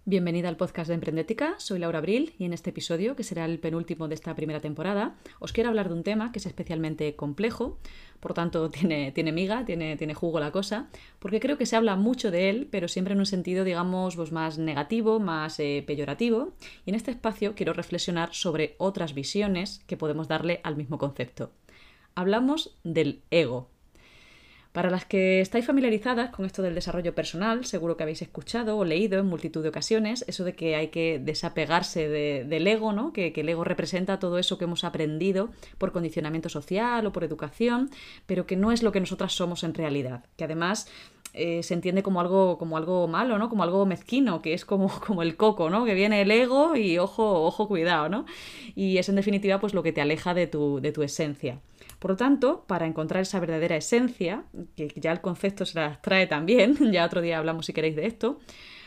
Bienvenida al podcast de Emprendética, soy Laura Abril y en este episodio, que será el penúltimo de esta primera temporada, os quiero hablar de un tema que es especialmente complejo, por tanto tiene miga, tiene jugo la cosa, porque creo que se habla mucho de él, pero siempre en un sentido, digamos, pues más negativo, más peyorativo, y en este espacio quiero reflexionar sobre otras visiones que podemos darle al mismo concepto. Hablamos del ego. Para las que estáis familiarizadas con esto del desarrollo personal, seguro que habéis escuchado o leído en multitud de ocasiones eso de que hay que desapegarse del ego, ¿no? Que el ego representa todo eso que hemos aprendido por condicionamiento social o por educación, pero que no es lo que nosotras somos en realidad. Que además se entiende como algo malo, ¿no? Como algo mezquino, que es como el coco, ¿no? Que viene el ego y ojo, cuidado, ¿no? Y es en definitiva pues lo que te aleja de tu esencia. Por lo tanto, para encontrar esa verdadera esencia, que ya el concepto se las trae también, ya otro día hablamos si queréis de esto,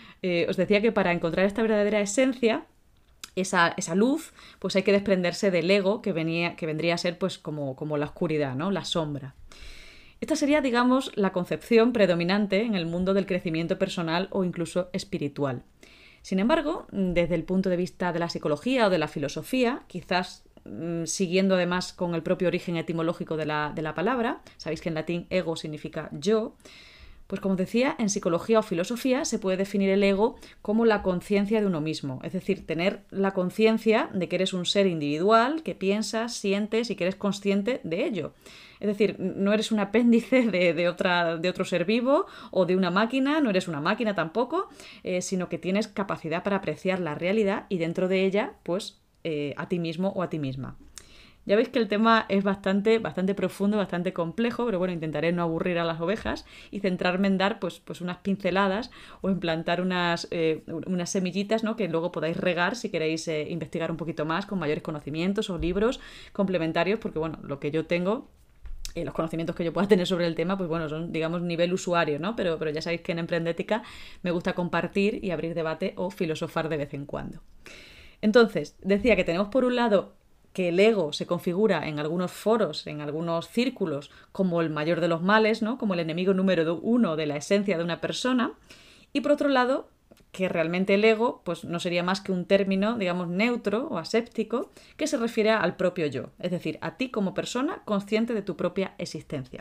os decía que para encontrar esta verdadera esencia, esa luz, pues hay que desprenderse del ego que vendría a ser pues como la oscuridad, ¿no? La sombra. Esta sería, digamos, la concepción predominante en el mundo del crecimiento personal o incluso espiritual. Sin embargo, desde el punto de vista de la psicología o de la filosofía, quizás siguiendo además con el propio origen etimológico de la palabra, sabéis que en latín ego significa yo, pues como decía, en psicología o filosofía se puede definir el ego como la conciencia de uno mismo, es decir, tener la conciencia de que eres un ser individual, que piensas, sientes y que eres consciente de ello. Es decir, no eres un apéndice de otro ser vivo o de una máquina, no eres una máquina tampoco, sino que tienes capacidad para apreciar la realidad y dentro de ella, pues, a ti mismo o a ti misma. Ya veis que el tema es bastante profundo, bastante complejo, pero bueno, intentaré no aburrir a las ovejas y centrarme en dar pues unas pinceladas o en plantar unas semillitas, ¿no? Que luego podáis regar si queréis investigar un poquito más con mayores conocimientos o libros complementarios, porque bueno, lo que yo tengo, los conocimientos que yo pueda tener sobre el tema, pues bueno, son, digamos, nivel usuario, ¿no? Pero ya sabéis que en Emprendética me gusta compartir y abrir debate o filosofar de vez en cuando. Entonces, decía que tenemos por un lado que el ego se configura en algunos foros, en algunos círculos, como el mayor de los males, ¿no? Como el enemigo número uno de la esencia de una persona. Y por otro lado, que realmente el ego pues, no sería más que un término, digamos, neutro o aséptico, que se refiere al propio yo, es decir, a ti como persona consciente de tu propia existencia.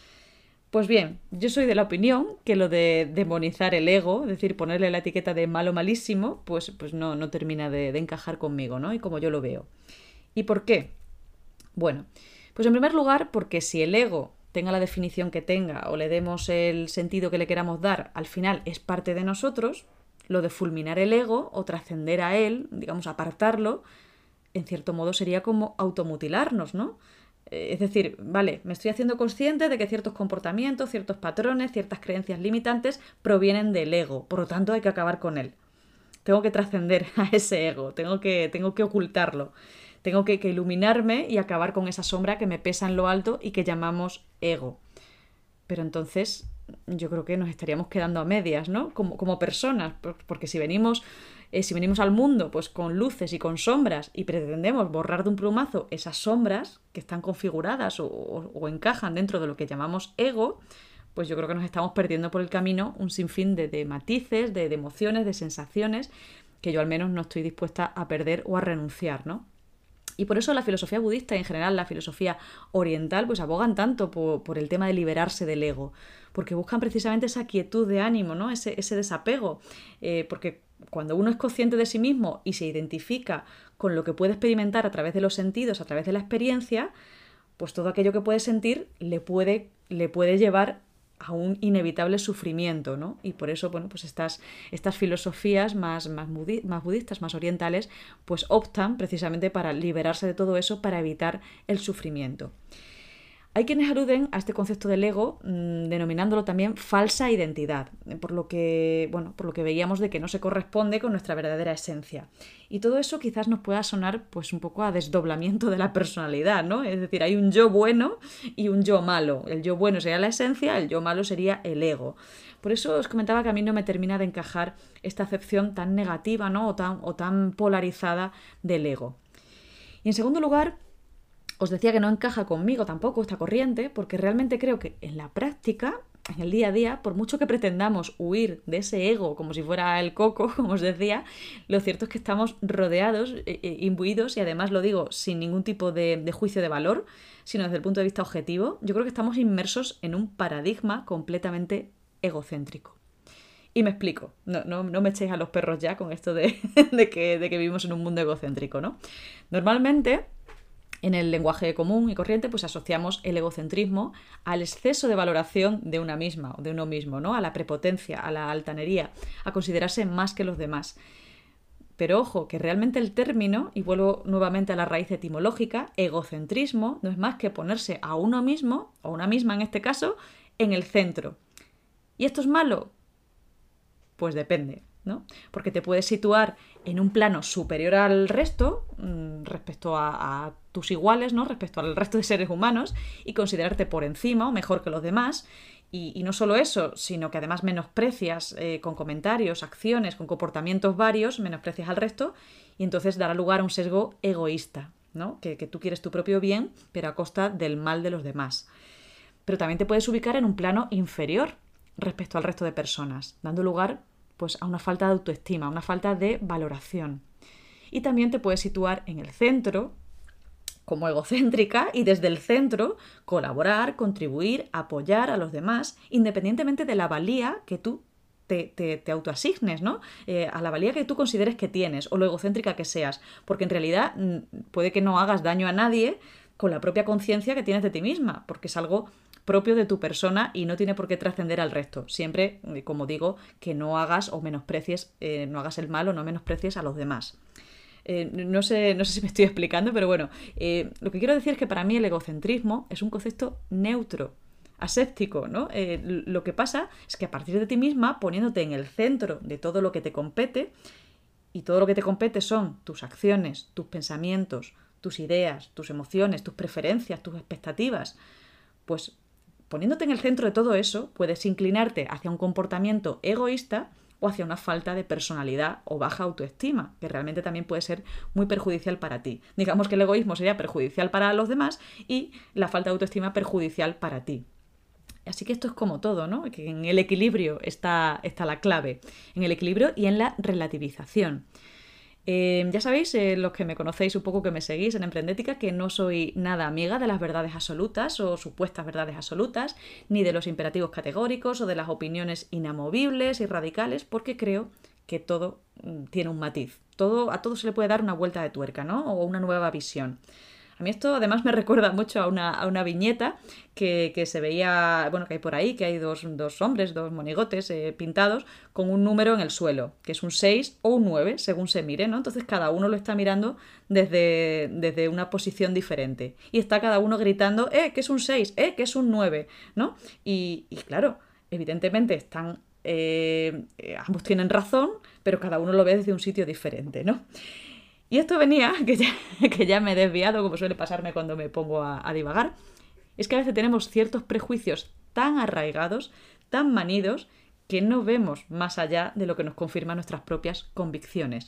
Pues bien, yo soy de la opinión que lo de demonizar el ego, es decir, ponerle la etiqueta de malo malísimo, pues no termina de encajar conmigo, ¿no? Y como yo lo veo. ¿Y por qué? Bueno, pues en primer lugar, porque si el ego, tenga la definición que tenga o le demos el sentido que le queramos dar, al final es parte de nosotros, lo de fulminar el ego o trascender a él, digamos, apartarlo, en cierto modo sería como automutilarnos, ¿no? Es decir, vale, me estoy haciendo consciente de que ciertos comportamientos, ciertos patrones, ciertas creencias limitantes provienen del ego, por lo tanto hay que acabar con él. Tengo que trascender a ese ego, tengo que ocultarlo, tengo que iluminarme y acabar con esa sombra que me pesa en lo alto y que llamamos ego. Pero entonces yo creo que nos estaríamos quedando a medias, ¿no? Como personas, porque si venimos al mundo pues con luces y con sombras y pretendemos borrar de un plumazo esas sombras que están configuradas o encajan dentro de lo que llamamos ego, pues yo creo que nos estamos perdiendo por el camino un sinfín de matices, de emociones, de sensaciones que yo al menos no estoy dispuesta a perder o a renunciar, ¿no? Y por eso la filosofía budista y en general la filosofía oriental pues abogan tanto por el tema de liberarse del ego, porque buscan precisamente esa quietud de ánimo, ¿no? Ese desapego, porque cuando uno es consciente de sí mismo y se identifica con lo que puede experimentar a través de los sentidos, a través de la experiencia, pues todo aquello que puede sentir le puede llevar a un inevitable sufrimiento, ¿no? Y por eso, bueno, pues estas filosofías más budistas, más orientales, pues optan precisamente para liberarse de todo eso, para evitar el sufrimiento. Hay quienes aluden a este concepto del ego denominándolo también falsa identidad, por lo que veíamos de que no se corresponde con nuestra verdadera esencia. Y todo eso quizás nos pueda sonar pues un poco a desdoblamiento de la personalidad, ¿no? Es decir, hay un yo bueno y un yo malo. El yo bueno sería la esencia, el yo malo sería el ego. Por eso os comentaba que a mí no me termina de encajar esta acepción tan negativa, ¿no? o tan polarizada del ego. Y en segundo lugar, os decía que no encaja conmigo tampoco esta corriente, porque realmente creo que en la práctica en el día a día, por mucho que pretendamos huir de ese ego como si fuera el coco, como os decía, lo cierto es que estamos rodeados, imbuidos, y además lo digo sin ningún tipo de juicio de valor, sino desde el punto de vista objetivo. Yo creo que estamos inmersos en un paradigma completamente egocéntrico. Y me explico, no me echéis a los perros ya con esto de que vivimos en un mundo egocéntrico, ¿no? Normalmente, en el lenguaje común y corriente, pues asociamos el egocentrismo al exceso de valoración de una misma o de uno mismo, ¿no? A la prepotencia, a la altanería, a considerarse más que los demás. Pero ojo, que realmente el término, y vuelvo nuevamente a la raíz etimológica, egocentrismo, no es más que ponerse a uno mismo, o una misma en este caso, en el centro. ¿Y esto es malo? Pues depende, ¿no? Porque te puedes situar en un plano superior al resto, respecto a tus iguales, ¿no? Respecto al resto de seres humanos, y considerarte por encima o mejor que los demás. Y no solo eso, sino que además menosprecias con comentarios, acciones, con comportamientos varios, menosprecias al resto, y entonces dará lugar a un sesgo egoísta, ¿no? Que tú quieres tu propio bien, pero a costa del mal de los demás. Pero también te puedes ubicar en un plano inferior respecto al resto de personas, dando lugar pues a una falta de autoestima, a una falta de valoración. Y también te puedes situar en el centro, como egocéntrica, y desde el centro colaborar, contribuir, apoyar a los demás, independientemente de la valía que tú te autoasignes, ¿no? A la valía que tú consideres que tienes o lo egocéntrica que seas, porque en realidad puede que no hagas daño a nadie con la propia conciencia que tienes de ti misma, porque es algo propio de tu persona y no tiene por qué trascender al resto. Siempre, como digo, que no hagas o menosprecies, no hagas el mal o no menosprecies a los demás. No sé si me estoy explicando, pero bueno, lo que quiero decir es que para mí el egocentrismo es un concepto neutro, aséptico, ¿no? Lo que pasa es que a partir de ti misma, poniéndote en el centro de todo lo que te compete, y todo lo que te compete son tus acciones, tus pensamientos, tus ideas, tus emociones, tus preferencias, tus expectativas, pues poniéndote en el centro de todo eso, puedes inclinarte hacia un comportamiento egoísta o hacia una falta de personalidad o baja autoestima, que realmente también puede ser muy perjudicial para ti. Digamos que el egoísmo sería perjudicial para los demás y la falta de autoestima perjudicial para ti. Así que esto es como todo, ¿no? Que en el equilibrio está la clave, en el equilibrio y en la relativización. Ya sabéis, los que me conocéis un poco, que me seguís en Emprendética, que no soy nada amiga de las verdades absolutas o supuestas verdades absolutas, ni de los imperativos categóricos o de las opiniones inamovibles y radicales, porque creo que todo tiene un matiz. A todo se le puede dar una vuelta de tuerca, ¿no? O una nueva visión. A mí esto además me recuerda mucho a una viñeta que se veía, bueno, que hay por ahí, que hay dos hombres, dos monigotes pintados con un número en el suelo, que es un 6 o un 9, según se mire, ¿no? Entonces cada uno lo está mirando desde una posición diferente. Y está cada uno gritando, que es un 6, que es un 9, ¿no? Y claro, evidentemente están... ambos tienen razón, pero cada uno lo ve desde un sitio diferente, ¿no? Y esto venía, que ya me he desviado, como suele pasarme cuando me pongo a divagar, es que a veces tenemos ciertos prejuicios tan arraigados, tan manidos, que no vemos más allá de lo que nos confirman nuestras propias convicciones.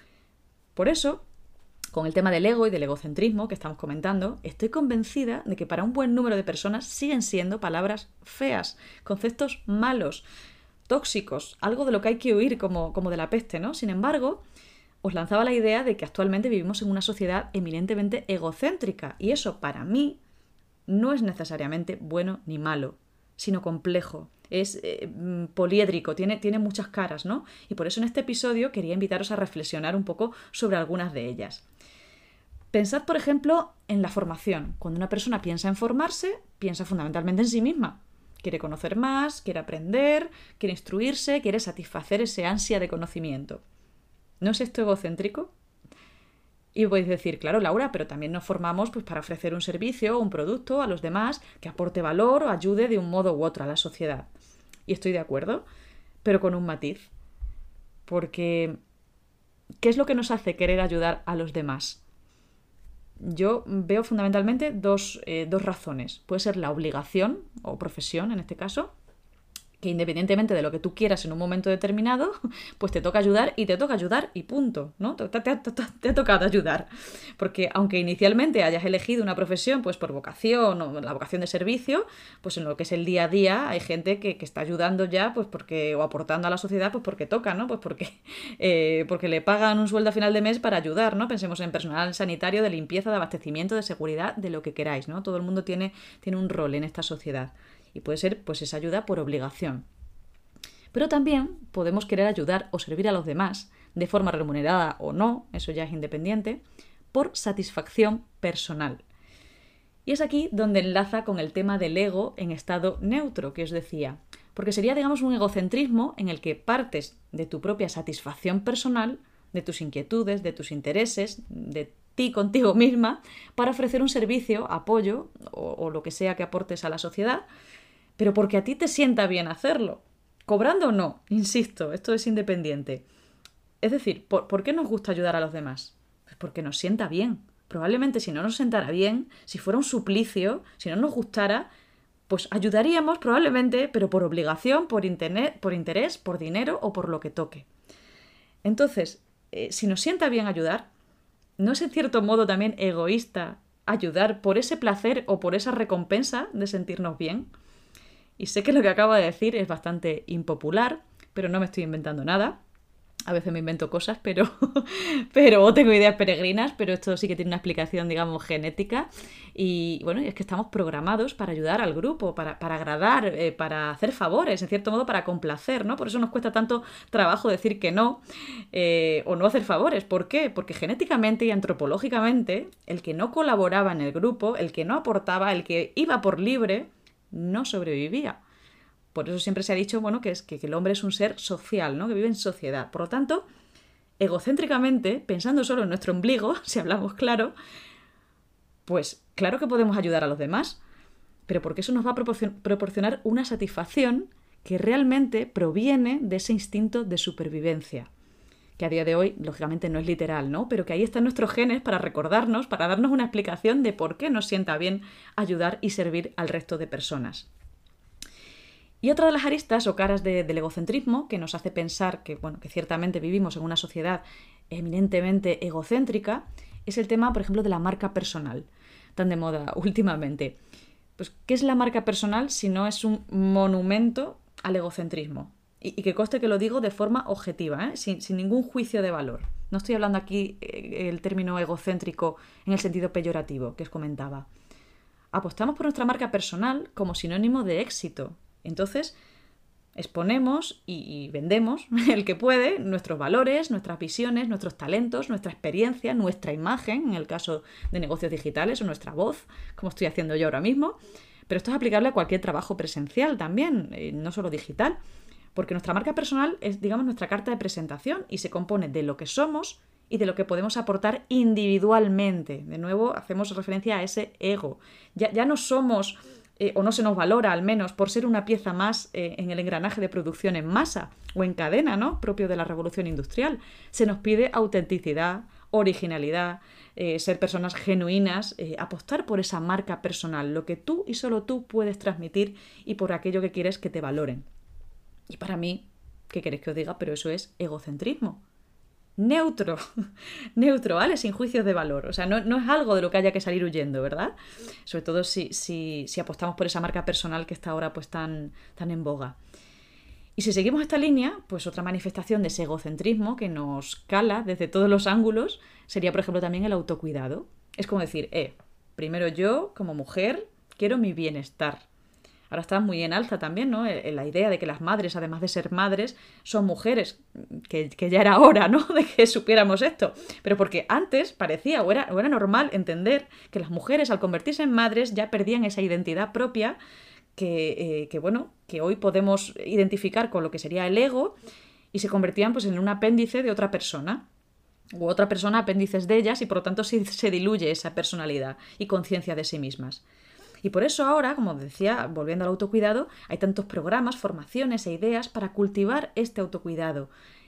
Por eso, con el tema del ego y del egocentrismo que estamos comentando, estoy convencida de que para un buen número de personas siguen siendo palabras feas, conceptos malos, tóxicos, algo de lo que hay que huir como de la peste, ¿no? Sin embargo, os lanzaba la idea de que actualmente vivimos en una sociedad eminentemente egocéntrica, y eso para mí no es necesariamente bueno ni malo, sino complejo. Es poliédrico, tiene muchas caras, ¿no? Y por eso en este episodio quería invitaros a reflexionar un poco sobre algunas de ellas. Pensad, por ejemplo, en la formación. Cuando una persona piensa en formarse, piensa fundamentalmente en sí misma. Quiere conocer más, quiere aprender, quiere instruirse, quiere satisfacer ese ansia de conocimiento. ¿No es esto egocéntrico? Y podéis decir, claro, Laura, pero también nos formamos pues, para ofrecer un servicio o un producto a los demás que aporte valor o ayude de un modo u otro a la sociedad. Y estoy de acuerdo, pero con un matiz. Porque, ¿qué es lo que nos hace querer ayudar a los demás? Yo veo fundamentalmente dos razones. Puede ser la obligación, o profesión en este caso, que independientemente de lo que tú quieras en un momento determinado, pues te toca ayudar y te toca ayudar y punto, ¿no? Te ha tocado ayudar. Porque aunque inicialmente hayas elegido una profesión pues por vocación o la vocación de servicio, pues en lo que es el día a día hay gente que está ayudando ya pues porque, o aportando a la sociedad pues porque toca, ¿no? Pues porque le pagan un sueldo a final de mes para ayudar, ¿no? Pensemos en personal sanitario, de limpieza, de abastecimiento, de seguridad, de lo que queráis, ¿no? Todo el mundo tiene un rol en esta sociedad. Y puede ser pues esa ayuda por obligación. Pero también podemos querer ayudar o servir a los demás, de forma remunerada o no, eso ya es independiente, por satisfacción personal. Y es aquí donde enlaza con el tema del ego en estado neutro, que os decía. Porque sería, digamos, un egocentrismo en el que partes de tu propia satisfacción personal, de tus inquietudes, de tus intereses, de ti contigo misma, para ofrecer un servicio, apoyo o lo que sea que aportes a la sociedad, pero porque a ti te sienta bien hacerlo. Cobrando o no, insisto, esto es independiente. Es decir, ¿por qué nos gusta ayudar a los demás? Pues porque nos sienta bien. Probablemente si no nos sentara bien, si fuera un suplicio, si no nos gustara, pues ayudaríamos probablemente, pero por obligación, por interés, por dinero o por lo que toque. Entonces, si nos sienta bien ayudar, ¿no es en cierto modo también egoísta ayudar por ese placer o por esa recompensa de sentirnos bien? Y sé que lo que acabo de decir es bastante impopular, pero no me estoy inventando nada. A veces me invento cosas, pero tengo ideas peregrinas, pero esto sí que tiene una explicación, digamos, genética. Y bueno, es que estamos programados para ayudar al grupo, para agradar, para hacer favores, en cierto modo para complacer, ¿no? Por eso nos cuesta tanto trabajo decir que no o no hacer favores. ¿Por qué? Porque genéticamente y antropológicamente el que no colaboraba en el grupo, el que no aportaba, el que iba por libre, no sobrevivía. Por eso siempre se ha dicho, bueno, que el hombre es un ser social, ¿no? Que vive en sociedad. Por lo tanto, egocéntricamente, pensando solo en nuestro ombligo, si hablamos claro, pues claro que podemos ayudar a los demás, pero porque eso nos va a proporcionar una satisfacción que realmente proviene de ese instinto de supervivencia, que a día de hoy, lógicamente, no es literal, ¿no? Pero que ahí están nuestros genes para recordarnos, para darnos una explicación de por qué nos sienta bien ayudar y servir al resto de personas. Y otra de las aristas o caras del egocentrismo que nos hace pensar que ciertamente vivimos en una sociedad eminentemente egocéntrica es el tema, por ejemplo, de la marca personal, tan de moda últimamente. Pues, ¿qué es la marca personal si no es un monumento al egocentrismo? Y que conste que lo digo de forma objetiva, sin ningún juicio de valor. No estoy hablando aquí el término egocéntrico en el sentido peyorativo que os comentaba. Apostamos por nuestra marca personal como sinónimo de éxito. Entonces, exponemos y vendemos, el que puede, nuestros valores, nuestras visiones, nuestros talentos, nuestra experiencia, nuestra imagen, en el caso de negocios digitales, o nuestra voz, como estoy haciendo yo ahora mismo. Pero esto es aplicable a cualquier trabajo presencial también, no solo digital, porque nuestra marca personal es, digamos, nuestra carta de presentación y se compone de lo que somos y de lo que podemos aportar individualmente. De nuevo, hacemos referencia a ese ego. Ya no somos... o no se nos valora, al menos, por ser una pieza más en el engranaje de producción en masa o en cadena, ¿no? Propio de la revolución industrial. Se nos pide autenticidad, originalidad, ser personas genuinas, apostar por esa marca personal, lo que tú y solo tú puedes transmitir y por aquello que quieres que te valoren. Y para mí, ¿qué queréis que os diga? Pero eso es egocentrismo. Neutro, ¿vale? Sin juicios de valor. O sea, no es algo de lo que haya que salir huyendo, ¿verdad? Sobre todo si apostamos por esa marca personal que está ahora pues tan en boga. Y si seguimos esta línea, pues otra manifestación de ese egocentrismo que nos cala desde todos los ángulos sería, por ejemplo, también el autocuidado. Es como decir, primero yo, como mujer, quiero mi bienestar. Ahora está muy en alza también, ¿no? La idea de que las madres, además de ser madres, son mujeres, que ya era hora, ¿no? De que supiéramos esto. Pero porque antes parecía o era normal entender que las mujeres, al convertirse en madres, ya perdían esa identidad propia que hoy podemos identificar con lo que sería el ego y se convertían pues en un apéndice de otra persona. U otra persona apéndices de ellas y por lo tanto se diluye esa personalidad y conciencia de sí mismas. Y por eso ahora, como decía, volviendo al autocuidado, hay tantos programas, formaciones e ideas para cultivar este autocuidado,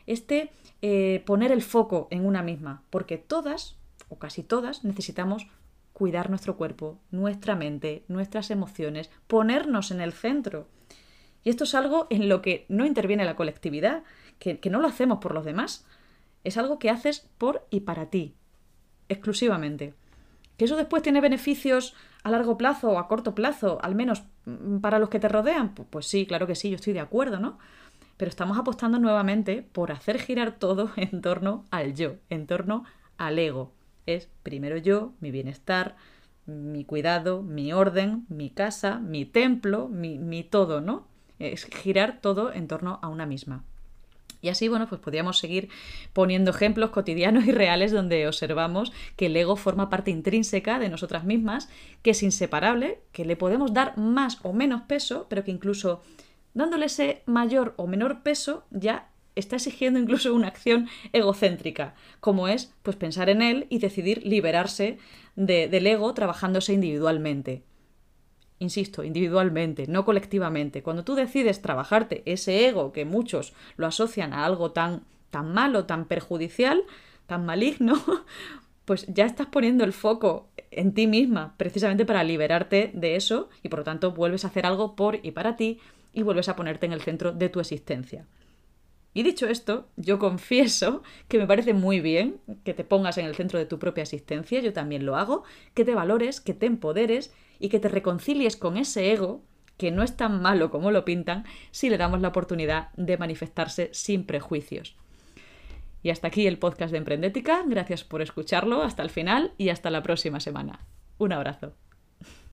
poner el foco en una misma, porque todas, o casi todas, necesitamos cuidar nuestro cuerpo, nuestra mente, nuestras emociones, ponernos en el centro. Y esto es algo en lo que no interviene la colectividad, que no lo hacemos por los demás. Es algo que haces por y para ti, exclusivamente. ¿Que eso después tiene beneficios a largo plazo o a corto plazo, al menos para los que te rodean? Pues sí, claro que sí, yo estoy de acuerdo, ¿no? Pero estamos apostando nuevamente por hacer girar todo en torno al yo, en torno al ego. Es primero yo, mi bienestar, mi cuidado, mi orden, mi casa, mi templo, mi todo, ¿no? Es girar todo en torno a una misma. Y así, bueno, pues podríamos seguir poniendo ejemplos cotidianos y reales donde observamos que el ego forma parte intrínseca de nosotras mismas, que es inseparable, que le podemos dar más o menos peso, pero que incluso dándole ese mayor o menor peso ya está exigiendo incluso una acción egocéntrica, como es pues pensar en él y decidir liberarse del ego trabajándose individualmente. Insisto, individualmente, no colectivamente. Cuando tú decides trabajarte ese ego, que muchos lo asocian a algo tan malo, tan perjudicial, tan maligno, pues ya estás poniendo el foco en ti misma, precisamente para liberarte de eso, y por lo tanto vuelves a hacer algo por y para ti y vuelves a ponerte en el centro de tu existencia. Y dicho esto, yo confieso que me parece muy bien que te pongas en el centro de tu propia existencia, yo también lo hago, que te valores, que te empoderes y que te reconcilies con ese ego, que no es tan malo como lo pintan, si le damos la oportunidad de manifestarse sin prejuicios. Y hasta aquí el podcast de Emprendética, gracias por escucharlo hasta el final y hasta la próxima semana. Un abrazo.